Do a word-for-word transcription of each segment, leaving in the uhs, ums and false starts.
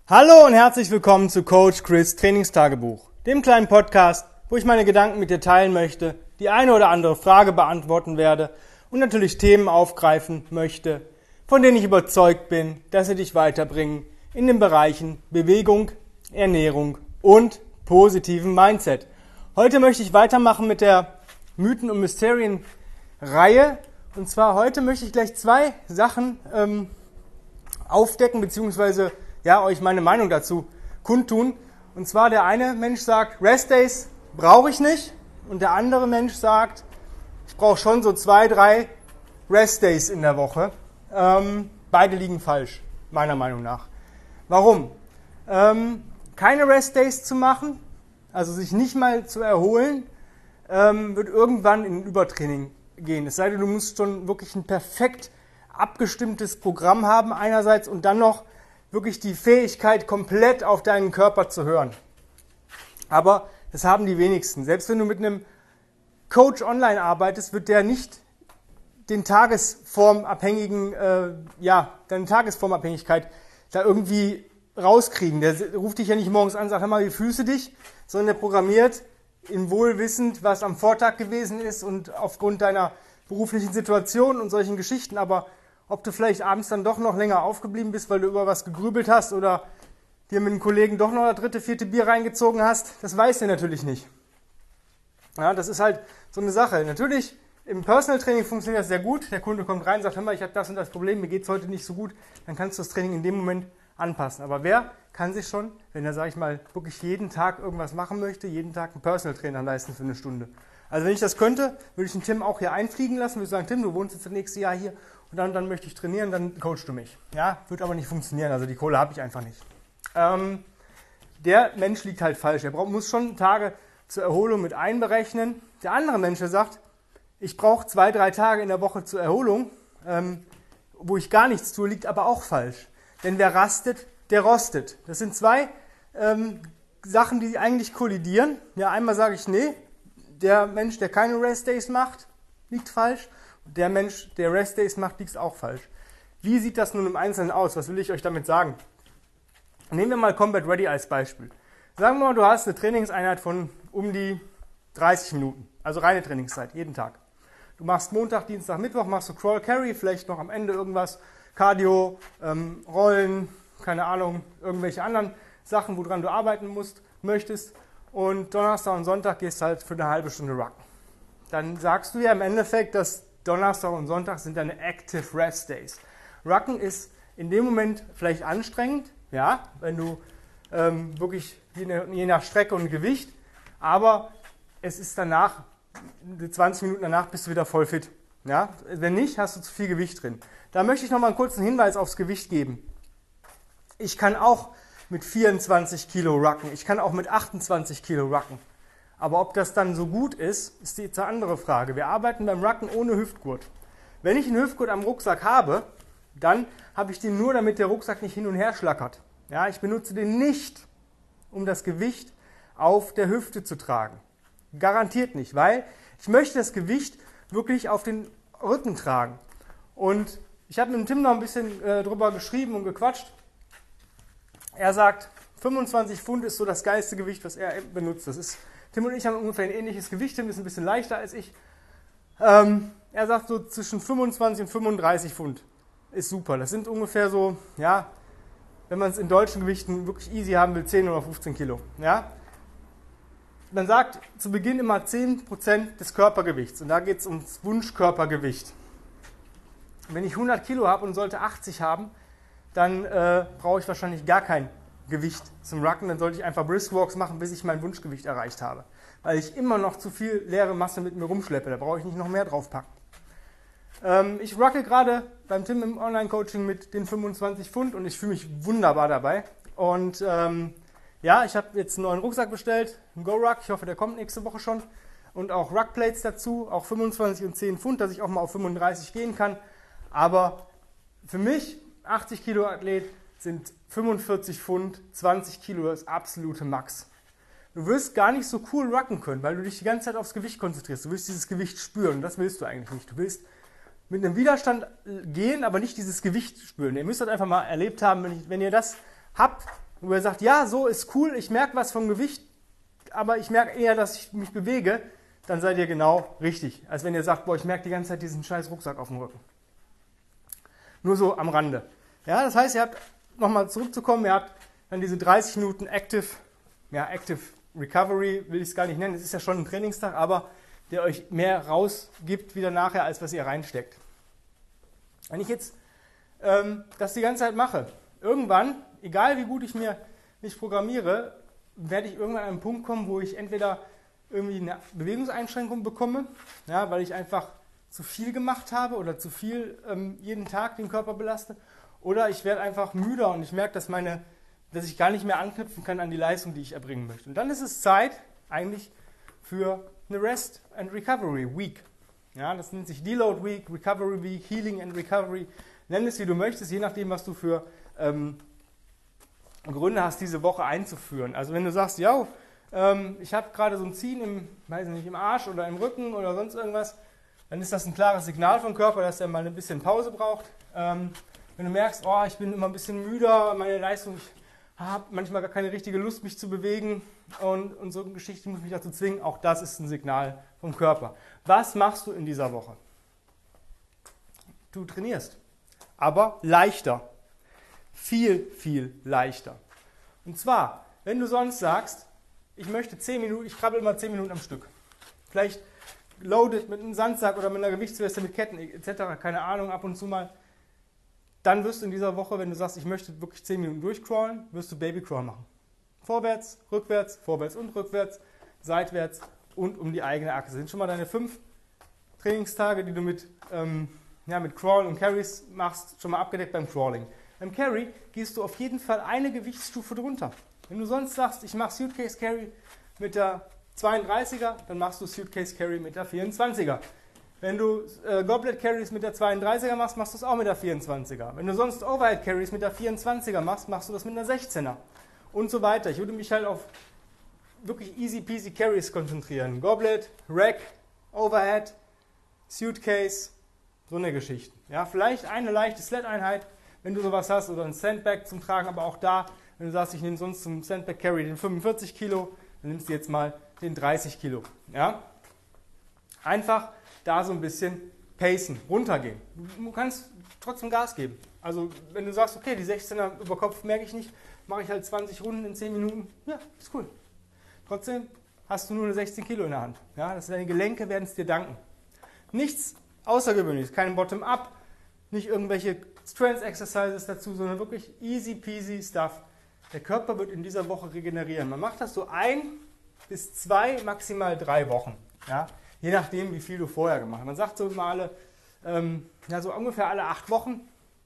Hallo und herzlich willkommen zu Coach Chris Trainingstagebuch, dem kleinen Podcast, wo ich meine Gedanken mit dir teilen möchte, die eine oder andere Frage beantworten werde und natürlich Themen aufgreifen möchte, von denen ich überzeugt bin, dass sie dich weiterbringen in den Bereichen Bewegung, Ernährung und positiven Mindset. Heute möchte ich weitermachen mit der Mythen- und Mysterien-Reihe. Und zwar heute möchte ich gleich zwei Sachen ähm, aufdecken, beziehungsweise ja, euch meine Meinung dazu kundtun. Und zwar der eine Mensch sagt, Rest Days brauche ich nicht. Und der andere Mensch sagt, ich brauche schon so zwei, drei Rest Days in der Woche. Ähm, beide liegen falsch, meiner Meinung nach. Warum? Ähm, keine Rest Days zu machen, also sich nicht mal zu erholen, ähm, wird irgendwann in ein Übertraining gehen. Es sei denn, du musst schon wirklich ein perfekt abgestimmtes Programm haben einerseits und dann noch wirklich die Fähigkeit, komplett auf deinen Körper zu hören. Aber das haben die wenigsten. Selbst wenn du mit einem Coach online arbeitest, wird der nicht den tagesformabhängigen, äh, ja, deine Tagesformabhängigkeit da irgendwie rauskriegen. Der ruft dich ja nicht morgens an und sagt, hör mal, wie fühlst du dich? Sondern der programmiert in Wohlwissend, was am Vortag gewesen ist und aufgrund deiner beruflichen Situation und solchen Geschichten. Aber ob du vielleicht abends dann doch noch länger aufgeblieben bist, weil du über was gegrübelt hast oder dir mit einem Kollegen doch noch das dritte, vierte Bier reingezogen hast, das weißt du natürlich nicht. Ja, das ist halt so eine Sache. Natürlich, im Personal Training funktioniert das sehr gut. Der Kunde kommt rein und sagt, hör mal, ich habe das und das Problem, mir geht es heute nicht so gut. Dann kannst du das Training in dem Moment anpassen. Aber wer kann sich schon, wenn er, sage ich mal, wirklich jeden Tag irgendwas machen möchte, jeden Tag einen Personal Trainer leisten für eine Stunde? Also wenn ich das könnte, würde ich den Tim auch hier einfliegen lassen, würde sagen, Tim, du wohnst jetzt das nächste Jahr hier und dann, dann möchte ich trainieren, dann coachst du mich. Ja, wird aber nicht funktionieren, also die Kohle habe ich einfach nicht. Ähm, der Mensch liegt halt falsch, er braucht, muss schon Tage zur Erholung mit einberechnen. Der andere Mensch, der sagt, ich brauche zwei, drei Tage in der Woche zur Erholung, ähm, wo ich gar nichts tue, liegt aber auch falsch. Denn wer rastet, der rostet. Das sind zwei ähm, Sachen, die eigentlich kollidieren. Ja, einmal sage ich, nee, der Mensch, der keine Rest Days macht, liegt falsch. Und der Mensch, der Rest Days macht, liegt auch falsch. Wie sieht das nun im Einzelnen aus? Was will ich euch damit sagen? Nehmen wir mal Combat Ready als Beispiel. Sagen wir mal, du hast eine Trainingseinheit von um die dreißig Minuten. Also reine Trainingszeit, jeden Tag. Du machst Montag, Dienstag, Mittwoch, machst du Crawl, Carry, vielleicht noch am Ende irgendwas, Cardio, ähm, Rollen, keine Ahnung, irgendwelche anderen Sachen, woran du arbeiten musst, möchtest. Und Donnerstag und Sonntag gehst halt für eine halbe Stunde Rucken. Dann sagst du ja im Endeffekt, dass Donnerstag und Sonntag sind deine Active Rest Days. Rucken ist in dem Moment vielleicht anstrengend, ja, wenn du ähm, wirklich je nach Strecke und Gewicht, aber es ist danach, zwanzig Minuten danach bist du wieder voll fit. Ja? Wenn nicht, hast du zu viel Gewicht drin. Da möchte ich noch mal einen kurzen Hinweis aufs Gewicht geben. Ich kann auch mit vierundzwanzig Kilo rucken, ich kann auch mit achtundzwanzig Kilo rucken. Aber ob das dann so gut ist, ist jetzt eine andere Frage. Wir arbeiten beim Rucken ohne Hüftgurt. Wenn ich einen Hüftgurt am Rucksack habe, dann habe ich den nur, damit der Rucksack nicht hin und her schlackert. Ja, ich benutze den nicht, um das Gewicht auf der Hüfte zu tragen. Garantiert nicht, weil ich möchte das Gewicht wirklich auf den Rücken tragen. Und ich habe mit dem Tim noch ein bisschen äh, drüber geschrieben und gequatscht. Er sagt, fünfundzwanzig Pfund ist so das geilste Gewicht, was er benutzt. Das ist, Tim und ich haben ungefähr ein ähnliches Gewicht. Tim ist ein bisschen leichter als ich. Ähm, er sagt so zwischen fünfundzwanzig und fünfunddreißig Pfund. Ist super. Das sind ungefähr so, ja, wenn man es in deutschen Gewichten wirklich easy haben will, zehn oder fünfzehn Kilo. Ja? Man sagt zu Beginn immer zehn Prozent des Körpergewichts. Und da geht es ums Wunschkörpergewicht. Wenn ich hundert Kilo habe und sollte achtzig haben, dann äh, brauche ich wahrscheinlich gar kein Gewicht zum Rucken. Dann sollte ich einfach Brisk-Walks machen, bis ich mein Wunschgewicht erreicht habe. Weil ich immer noch zu viel leere Masse mit mir rumschleppe. Da brauche ich nicht noch mehr draufpacken. Ähm, ich rucke gerade beim Tim im Online-Coaching mit den fünfundzwanzig Pfund und ich fühle mich wunderbar dabei. Und ähm, ja, ich habe jetzt einen neuen Rucksack bestellt, einen Go-Ruck. Ich hoffe, der kommt nächste Woche schon. Und auch Ruckplates dazu, auch fünfundzwanzig und zehn Pfund, dass ich auch mal auf fünfunddreißig gehen kann. Aber für mich, achtzig Kilo Athlet, sind fünfundvierzig Pfund, zwanzig Kilo das absolute Max. Du wirst gar nicht so cool rucken können, weil du dich die ganze Zeit aufs Gewicht konzentrierst. Du willst dieses Gewicht spüren und das willst du eigentlich nicht. Du willst mit einem Widerstand gehen, aber nicht dieses Gewicht spüren. Ihr müsst das einfach mal erlebt haben, wenn, ich, wenn ihr das habt, wo er sagt, ja, so ist cool, ich merke was vom Gewicht, aber ich merke eher, dass ich mich bewege, dann seid ihr genau richtig. Als wenn ihr sagt, boah, ich merke die ganze Zeit diesen scheiß Rucksack auf dem Rücken. Nur so am Rande. Ja, das heißt, ihr habt, nochmal zurückzukommen, ihr habt dann diese dreißig Minuten Active, ja, Active Recovery, will ich es gar nicht nennen, es ist ja schon ein Trainingstag, aber der euch mehr rausgibt wieder nachher, als was ihr reinsteckt. Wenn ich jetzt ähm, das die ganze Zeit mache, irgendwann, egal wie gut ich mir mich programmiere, werde ich irgendwann an einen Punkt kommen, wo ich entweder irgendwie eine Bewegungseinschränkung bekomme, ja, weil ich einfach zu viel gemacht habe oder zu viel ähm, jeden Tag den Körper belaste, oder ich werde einfach müder und ich merke, dass, meine, dass ich gar nicht mehr anknüpfen kann an die Leistung, die ich erbringen möchte. Und dann ist es Zeit eigentlich für eine Rest and Recovery Week. Ja, das nennt sich Deload Week, Recovery Week, Healing and Recovery. Nenn es wie du möchtest, je nachdem, was du für ähm, Gründe hast, diese Woche einzuführen. Also wenn du sagst, ja, ähm, ich habe gerade so ein Ziehen im, weiß nicht, im Arsch oder im Rücken oder sonst irgendwas, dann ist das ein klares Signal vom Körper, dass er mal ein bisschen Pause braucht. Ähm, wenn du merkst, oh, ich bin immer ein bisschen müder, meine Leistung, ich habe manchmal gar keine richtige Lust, mich zu bewegen und, und so eine Geschichte muss mich dazu zwingen, auch das ist ein Signal vom Körper. Was machst du in dieser Woche? Du trainierst, aber leichter. Viel, viel leichter. Und zwar, wenn du sonst sagst, ich möchte zehn Minuten, ich krabbel immer zehn Minuten am Stück. Vielleicht loaded mit einem Sandsack oder mit einer Gewichtsweste mit Ketten et cetera, keine Ahnung, ab und zu mal. Dann wirst du in dieser Woche, wenn du sagst, ich möchte wirklich zehn Minuten durchcrawlen, wirst du Babycrawl machen. Vorwärts, rückwärts, vorwärts und rückwärts, seitwärts und um die eigene Achse. Das sind schon mal deine fünf Trainingstage, die du mit, ähm, ja, mit Crawl und Carries machst, schon mal abgedeckt beim Crawling. Beim Carry gehst du auf jeden Fall eine Gewichtsstufe drunter. Wenn du sonst sagst, ich mache Suitcase Carry mit der zweiunddreißiger, dann machst du Suitcase Carry mit der vierundzwanziger. Wenn du äh, Goblet Carries mit der zweiunddreißiger machst, machst du es auch mit der vierundzwanziger. Wenn du sonst Overhead Carries mit der vierundzwanziger machst, machst du das mit einer sechzehner. Und so weiter. Ich würde mich halt auf wirklich easy peasy Carries konzentrieren. Goblet, Rack, Overhead, Suitcase, so eine Geschichte. Ja, vielleicht eine leichte Sled-Einheit, wenn du sowas hast, oder ein Sandbag zum Tragen, aber auch da, wenn du sagst, ich nehme sonst zum Sandbag Carry den fünfundvierzig Kilo, dann nimmst du jetzt mal den dreißig Kilo. Ja? Einfach da so ein bisschen pacen, runtergehen. Du kannst trotzdem Gas geben. Also wenn du sagst, okay, die sechzehner über Kopf merke ich nicht, mache ich halt zwanzig Runden in zehn Minuten, ja, ist cool. Trotzdem hast du nur eine sechzehn Kilo in der Hand. Ja? Das, deine Gelenke werden es dir danken. Nichts Außergewöhnliches, kein Bottom-up, nicht irgendwelche Strength-Exercises dazu, sondern wirklich easy peasy Stuff. Der Körper wird in dieser Woche regenerieren. Man macht das so ein bis zwei, maximal drei Wochen. Ja? Je nachdem, wie viel du vorher gemacht hast. Man sagt so mal alle, ähm, ja, so ungefähr alle acht Wochen.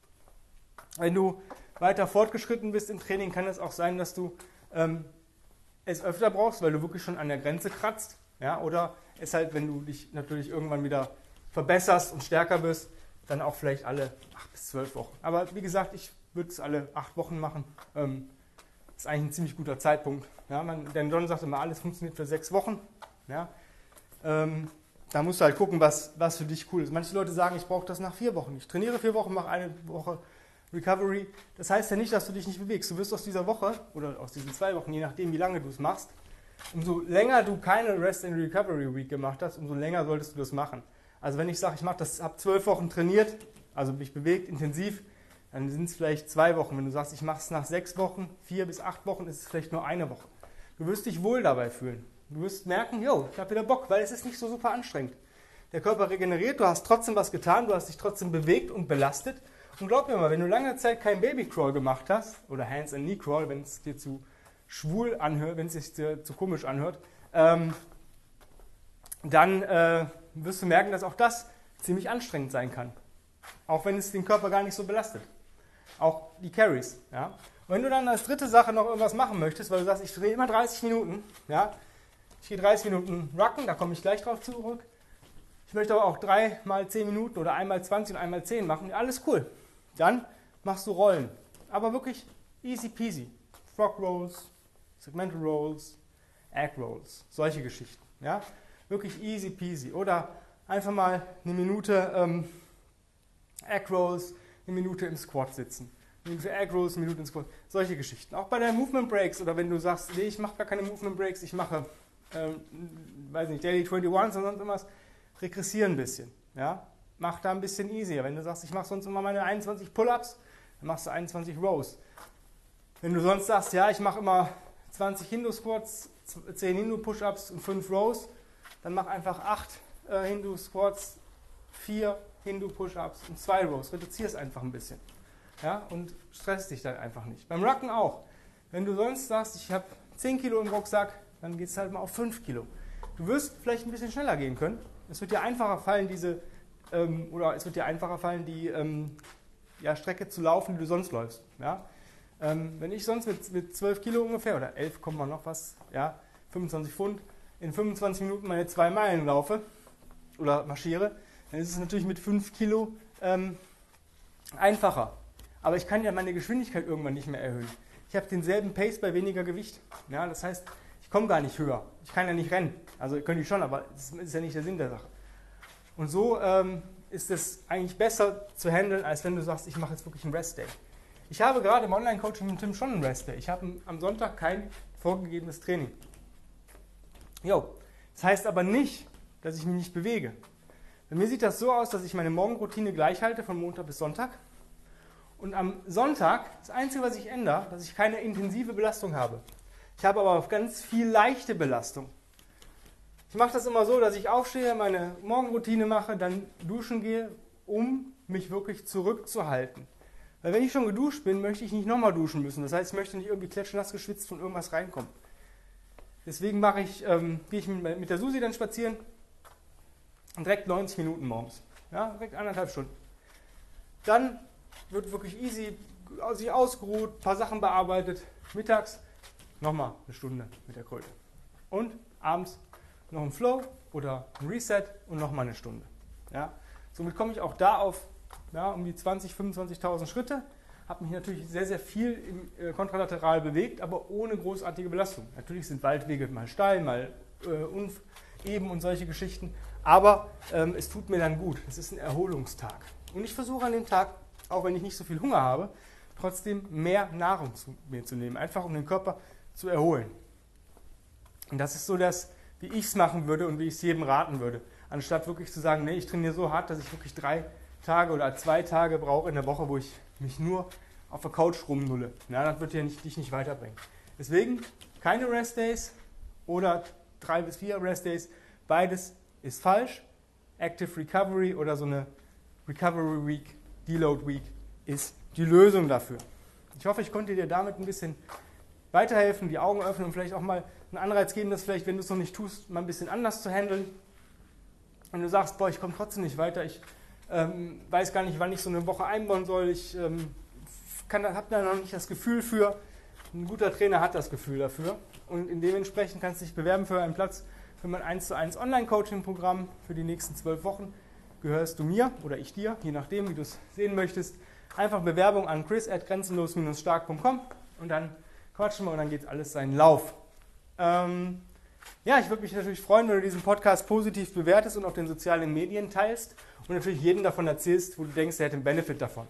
Wenn du weiter fortgeschritten bist im Training, kann es auch sein, dass du ähm, es öfter brauchst, weil du wirklich schon an der Grenze kratzt. Ja? Oder es halt, wenn du dich natürlich irgendwann wieder verbesserst und stärker bist, dann auch vielleicht alle acht bis zwölf Wochen. Aber wie gesagt, ich würde es alle acht Wochen machen. Ähm, ist eigentlich ein ziemlich guter Zeitpunkt. Ja, man, denn Don sagt immer, alles funktioniert für sechs Wochen. Ja, ähm, da musst du halt gucken, was, was für dich cool ist. Manche Leute sagen, ich brauche das nach vier Wochen. Ich trainiere vier Wochen, mache eine Woche Recovery. Das heißt ja nicht, dass du dich nicht bewegst. Du wirst aus dieser Woche oder aus diesen zwei Wochen, je nachdem, wie lange du es machst, umso länger du keine Rest and Recovery Week gemacht hast, umso länger solltest du das machen. Also wenn ich sage, ich mache das, habe zwölf Wochen trainiert, also mich bewegt intensiv, dann sind es vielleicht zwei Wochen. Wenn du sagst, ich mache es nach sechs Wochen, vier bis acht Wochen, ist es vielleicht nur eine Woche. Du wirst dich wohl dabei fühlen. Du wirst merken, jo, ich habe wieder Bock, weil es ist nicht so super anstrengend. Der Körper regeneriert, du hast trotzdem was getan, du hast dich trotzdem bewegt und belastet. Und glaub mir mal, wenn du lange Zeit kein Babycrawl gemacht hast, oder Hands and Knee Crawl, wenn es dir zu schwul anhört, wenn es sich dir zu komisch anhört, ähm, dann äh, wirst du merken, dass auch das ziemlich anstrengend sein kann. Auch wenn es den Körper gar nicht so belastet. Auch die Carries. Ja? Und wenn du dann als dritte Sache noch irgendwas machen möchtest, weil du sagst, ich drehe immer dreißig Minuten, ja? Ich gehe dreißig Minuten Rucken, da komme ich gleich drauf zurück. Ich möchte aber auch drei mal zehn Minuten oder einmal zwanzig und einmal zehn machen. Ja, alles cool. Dann machst du Rollen. Aber wirklich easy peasy. Frog Rolls, Segmental Rolls, Egg Rolls, solche Geschichten. Ja? Wirklich easy peasy. Oder einfach mal eine Minute ähm, Egg Rolls, eine Minute im Squat sitzen. Minute für Air Rows, Minute Squat, solche Geschichten. Auch bei deinen Movement Breaks oder wenn du sagst, nee, ich mache gar keine Movement Breaks, ich mache, ähm, weiß nicht, Daily einundzwanzig oder sonst irgendwas, regressiere ein bisschen. Ja? Mach da ein bisschen easier. Wenn du sagst, ich mache sonst immer meine einundzwanzig Pull-Ups, dann machst du einundzwanzig Rows. Wenn du sonst sagst, ja, ich mache immer zwanzig Hindu-Squats, zehn Hindu-Push-Ups und fünf Rows, dann mach einfach acht äh, Hindu-Squats, vier Hindu-Push-Ups und zwei Rows. Reduziere es einfach ein bisschen. Ja, und stress dich dann einfach nicht. Beim Rucken auch. Wenn du sonst sagst, ich habe zehn Kilo im Rucksack, dann geht es halt mal auf fünf Kilo. Du wirst vielleicht ein bisschen schneller gehen können. Es wird dir einfacher fallen, diese, ähm, oder es wird dir einfacher fallen, die ähm, ja, Strecke zu laufen, die du sonst läufst. Ja? Ähm, wenn ich sonst mit, mit zwölf Kilo ungefähr, oder elf, noch was, ja, fünfundzwanzig Pfund, in fünfundzwanzig Minuten meine zwei Meilen laufe oder marschiere, dann ist es natürlich mit fünf Kilo ähm, einfacher. Aber ich kann ja meine Geschwindigkeit irgendwann nicht mehr erhöhen. Ich habe denselben Pace bei weniger Gewicht. Ja, das heißt, ich komme gar nicht höher. Ich kann ja nicht rennen. Also könnte ich schon, aber das ist ja nicht der Sinn der Sache. Und so ähm, ist es eigentlich besser zu handeln, als wenn du sagst, ich mache jetzt wirklich einen Rest-Day. Ich habe gerade im Online-Coaching mit Tim schon einen Rest-Day. Ich habe am Sonntag kein vorgegebenes Training. Jo, das heißt aber nicht, dass ich mich nicht bewege. Bei mir sieht das so aus, dass ich meine Morgenroutine gleich halte, von Montag bis Sonntag. Und am Sonntag, das Einzige, was ich ändere, dass ich keine intensive Belastung habe. Ich habe aber ganz viel leichte Belastung. Ich mache das immer so, dass ich aufstehe, meine Morgenroutine mache, dann duschen gehe, um mich wirklich zurückzuhalten. Weil wenn ich schon geduscht bin, möchte ich nicht nochmal duschen müssen. Das heißt, ich möchte nicht irgendwie klatschnass geschwitzt von irgendwas reinkommen. Deswegen mache ich, ähm, gehe ich mit, mit der Susi dann spazieren und direkt neunzig Minuten morgens. Ja, direkt anderthalb Stunden. Dann wird wirklich easy, sich ausgeruht, ein paar Sachen bearbeitet. Mittags nochmal eine Stunde mit der Kröte. Und abends noch ein Flow oder ein Reset und nochmal eine Stunde. Ja? Somit komme ich auch da auf ja, um die zwanzigtausend, fünfundzwanzigtausend Schritte. Habe mich natürlich sehr, sehr viel im, äh, kontralateral bewegt, aber ohne großartige Belastung. Natürlich sind Waldwege mal steil, mal äh, uneben und solche Geschichten. Aber ähm, es tut mir dann gut. Es ist ein Erholungstag. Und ich versuche an dem Tag, auch wenn ich nicht so viel Hunger habe, trotzdem mehr Nahrung zu mir zu nehmen, einfach um den Körper zu erholen. Und das ist so das, wie ich es machen würde und wie ich es jedem raten würde, anstatt wirklich zu sagen, nee, ich trainiere so hart, dass ich wirklich drei Tage oder zwei Tage brauche in der Woche, wo ich mich nur auf der Couch rumnulle. Ja, das wird ja nicht, dich nicht weiterbringen. Deswegen keine Rest-Days oder drei bis vier Rest-Days, beides ist falsch. Active Recovery oder so eine Recovery Week, Deload Week ist die Lösung dafür. Ich hoffe, ich konnte dir damit ein bisschen weiterhelfen, die Augen öffnen und vielleicht auch mal einen Anreiz geben, das vielleicht, wenn du es noch nicht tust, mal ein bisschen anders zu handeln. Wenn du sagst, boah, ich komme trotzdem nicht weiter, ich ähm, weiß gar nicht, wann ich so eine Woche einbauen soll, ich ähm, habe da noch nicht das Gefühl für. Ein guter Trainer hat das Gefühl dafür und dementsprechend kannst du dich bewerben für einen Platz für mein eins zu eins Online-Coaching-Programm für die nächsten zwölf Wochen. Gehörst du mir oder ich dir, je nachdem, wie du es sehen möchtest. Einfach Bewerbung an chris at grenzenlos Bindestrich stark Punkt com und dann quatschen wir und dann geht alles seinen Lauf. Ähm, ja, ich würde mich natürlich freuen, wenn du diesen Podcast positiv bewertest und auf den sozialen Medien teilst und natürlich jedem davon erzählst, wo du denkst, er hätte einen Benefit davon.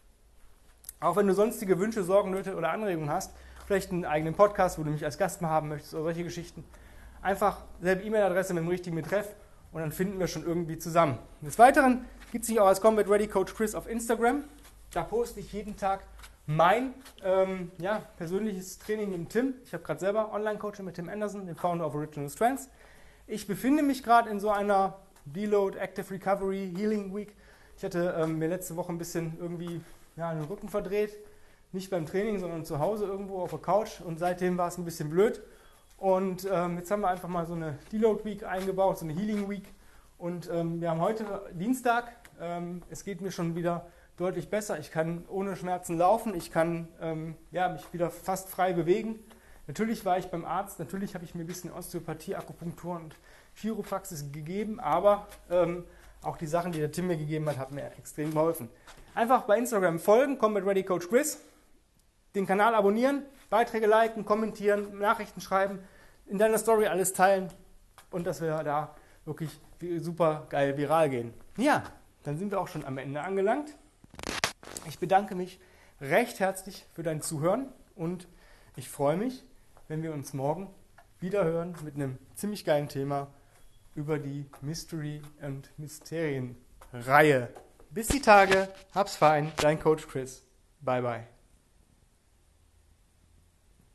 Auch wenn du sonstige Wünsche, Sorgen, Nöte oder Anregungen hast, vielleicht einen eigenen Podcast, wo du mich als Gast mal haben möchtest oder solche Geschichten, einfach selbe E-Mail-Adresse mit dem richtigen Betreff und dann finden wir schon irgendwie zusammen. Des Weiteren gibt es mich auch als Combat Ready Coach Chris auf Instagram. Da poste ich jeden Tag mein ähm, ja, persönliches Training mit Tim. Ich habe gerade selber Online-Coaching mit Tim Anderson, dem Founder of Original Strengths. Ich befinde mich gerade in so einer Deload Active Recovery Healing Week. Ich hatte ähm, mir letzte Woche ein bisschen irgendwie ja, den Rücken verdreht. Nicht beim Training, sondern zu Hause irgendwo auf der Couch. Und seitdem war es ein bisschen blöd. Und ähm, jetzt haben wir einfach mal so eine Deload Week eingebaut, so eine Healing Week. Und ähm, wir haben heute Dienstag. Ähm, es geht mir schon wieder deutlich besser. Ich kann ohne Schmerzen laufen. Ich kann ähm, ja, mich wieder fast frei bewegen. Natürlich war ich beim Arzt. Natürlich habe ich mir ein bisschen Osteopathie, Akupunktur und Chiropraxis gegeben. Aber ähm, auch die Sachen, die der Tim mir gegeben hat, haben mir extrem geholfen. Einfach bei Instagram folgen, Combat Ready Coach Chris. Den Kanal abonnieren, Beiträge liken, kommentieren, Nachrichten schreiben, in deiner Story alles teilen und dass wir da wirklich super geil viral gehen. Ja, dann sind wir auch schon am Ende angelangt. Ich bedanke mich recht herzlich für dein Zuhören und ich freue mich, wenn wir uns morgen wieder hören mit einem ziemlich geilen Thema über die Mystery- und Mysterien-Reihe. Bis die Tage, hab's fein, dein Coach Chris. Bye bye.